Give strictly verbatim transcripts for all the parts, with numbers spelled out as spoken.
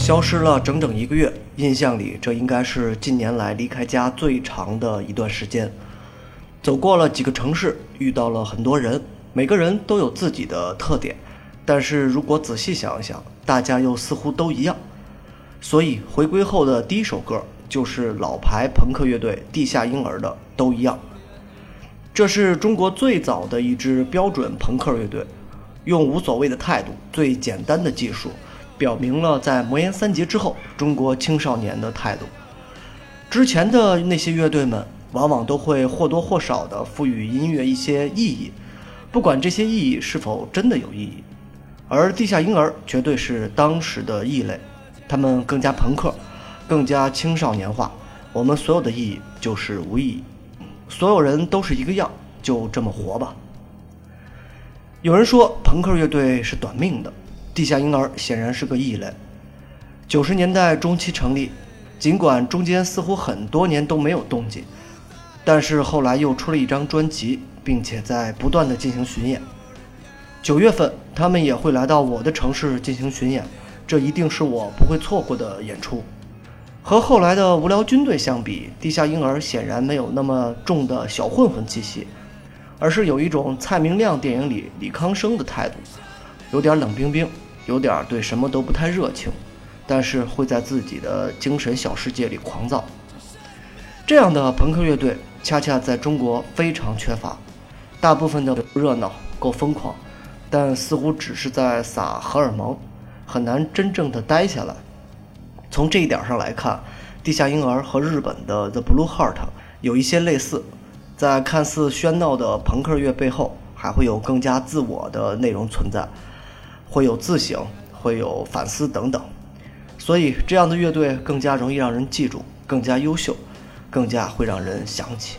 消失了整整一个月，印象里这应该是近年来离开家最长的一段时间。走过了几个城市，遇到了很多人，每个人都有自己的特点，但是如果仔细想一想，大家又似乎都一样。所以回归后的第一首歌就是老牌朋克乐队地下婴儿的《都一样》。这是中国最早的一支标准朋克乐队，用无所谓的态度、最简单的技术，表明了在魔岩三杰之后中国青少年的态度。之前的那些乐队们往往都会或多或少地赋予音乐一些意义，不管这些意义是否真的有意义。而地下婴儿绝对是当时的异类，他们更加朋克，更加青少年化，我们所有的意义就是无意义，所有人都是一个样，就这么活吧。有人说朋克乐队是短命的，地下婴儿显然是个异类。九十年代中期成立，尽管中间似乎很多年都没有动静，但是后来又出了一张专辑，并且在不断的进行巡演。九月份他们也会来到我的城市进行巡演，这一定是我不会错过的演出。和后来的无聊军队相比，地下婴儿显然没有那么重的小混混气息，而是有一种蔡明亮电影里李康生的态度，有点冷冰冰，有点对什么都不太热情，但是会在自己的精神小世界里狂躁。这样的朋克乐队恰恰在中国非常缺乏，大部分的热闹够疯狂，但似乎只是在撒荷尔蒙，很难真正的待下来。从这一点上来看，地下婴儿和日本的 The Blue Heart 有一些类似，在看似喧闹的朋克乐背后，还会有更加自我的内容存在，会有自省，会有反思等等。所以这样的乐队更加容易让人记住，更加优秀，更加会让人想起。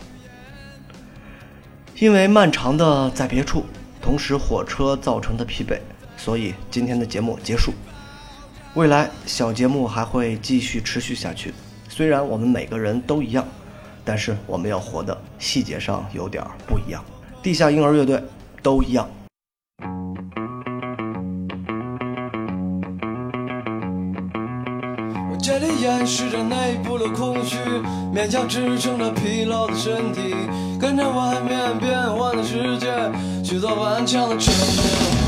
因为漫长的在别处，同时火车造成的疲惫，所以今天的节目结束。未来小节目还会继续持续下去，虽然我们每个人都一样，但是我们要活的细节上有点不一样。地下婴儿乐队都一样。 我这里掩饰着内部的空虚，勉强支撑着疲劳的身体，跟着外面变幻的世界去做顽强的沉默。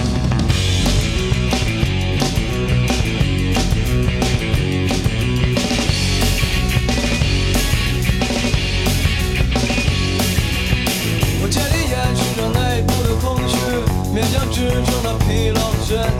勉强支撑那疲劳的身